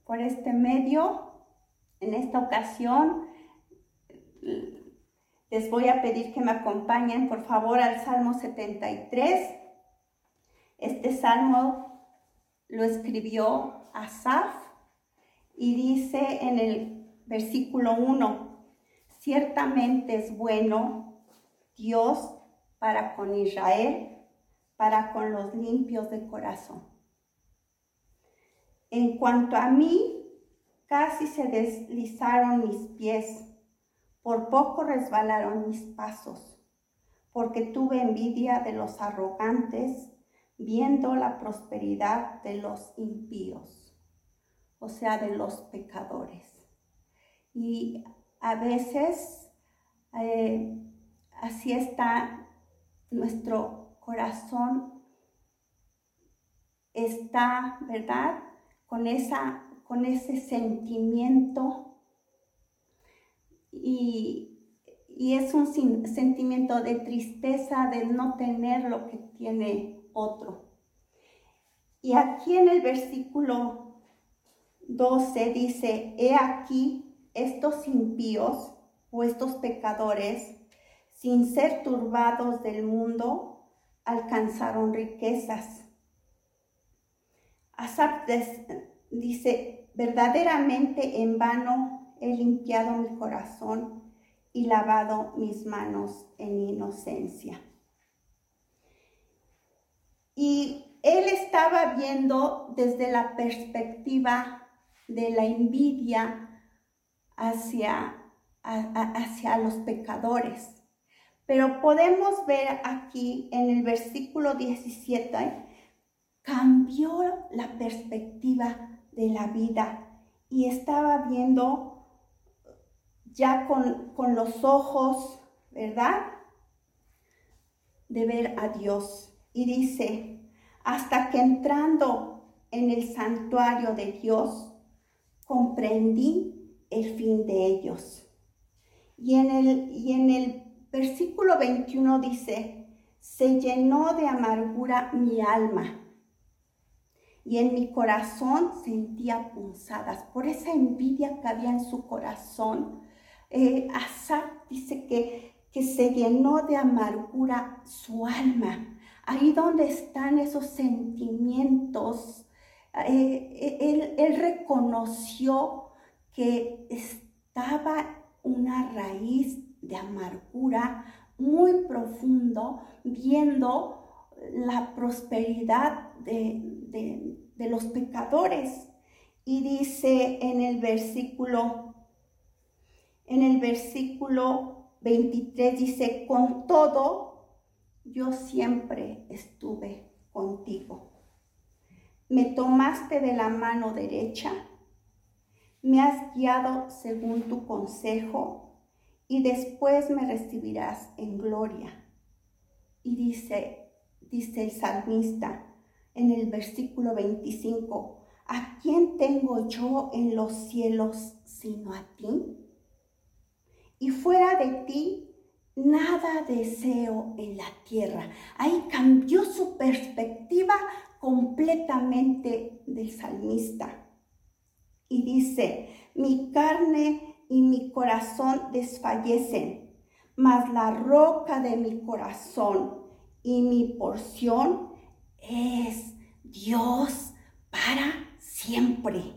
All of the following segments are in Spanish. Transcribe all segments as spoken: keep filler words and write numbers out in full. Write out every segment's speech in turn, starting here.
por este medio. En esta ocasión les voy a pedir que me acompañen, por favor, al Salmo setenta y tres. Este salmo lo escribió Asaf y dice en el versículo uno: ciertamente es bueno Dios para con Israel, para con los limpios de corazón. En cuanto a mí, casi se deslizaron mis pies, por poco resbalaron mis pasos, porque tuve envidia de los arrogantes, viendo la prosperidad de los impíos, o sea, de los pecadores. Y a veces eh, así está nuestro corazón, está, ¿verdad?, con, esa, con ese sentimiento, y, y es un sentimiento de tristeza de no tener lo que tiene otro. Y aquí en el versículo doce dice: he aquí estos impíos o estos pecadores, sin ser turbados del mundo, alcanzaron riquezas. Asaf dice: verdaderamente en vano he limpiado mi corazón y lavado mis manos en inocencia. Y él estaba viendo desde la perspectiva de la envidia hacia, a, a, hacia los pecadores. Pero podemos ver aquí en el versículo diecisiete, cambió la perspectiva de la vida y estaba viendo ya con, con los ojos, ¿verdad?, de ver a Dios. Y dice: hasta que entrando en el santuario de Dios, comprendí el fin de ellos. Y en el, y en el versículo veintiuno dice: se llenó de amargura mi alma, y en mi corazón sentía punzadas por esa envidia que había en su corazón. Eh, Asaf dice que, que se llenó de amargura su alma. Ahí donde están esos sentimientos, eh, él, él reconoció que estaba una raíz de amargura muy profundo, viendo la prosperidad de, de, de los pecadores. Y dice en el versículo, en el versículo veintitrés, dice: con todo, yo siempre estuve contigo. Me tomaste de la mano derecha, me has guiado según tu consejo, y después me recibirás en gloria. Y dice, dice el salmista en el versículo veinticinco: ¿a quién tengo yo en los cielos sino a ti? Y fuera de ti, nada deseo en la tierra. Ahí cambió su perspectiva completamente del salmista. Y dice: mi carne y mi corazón desfallecen, mas la roca de mi corazón y mi porción es Dios para siempre.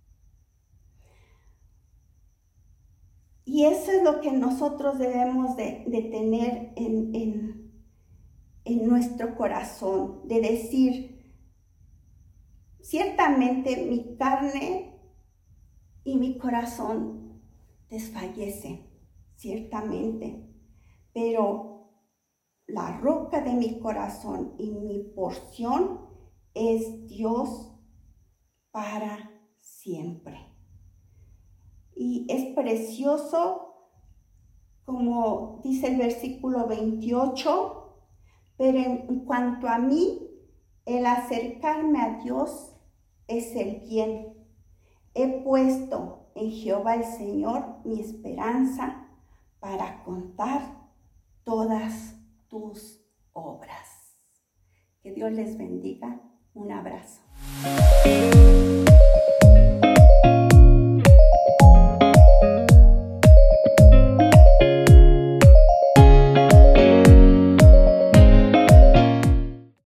Y eso es lo que nosotros debemos de, de tener en, en, en nuestro corazón, de decir: ciertamente mi carne y mi corazón desfallecen, ciertamente, pero la roca de mi corazón y mi porción es Dios para siempre. Y es precioso, como dice el versículo veintiocho: pero en cuanto a mí, el acercarme a Dios es el bien. He puesto en Jehová el Señor mi esperanza para contar todas tus obras. Que Dios les bendiga. Un abrazo.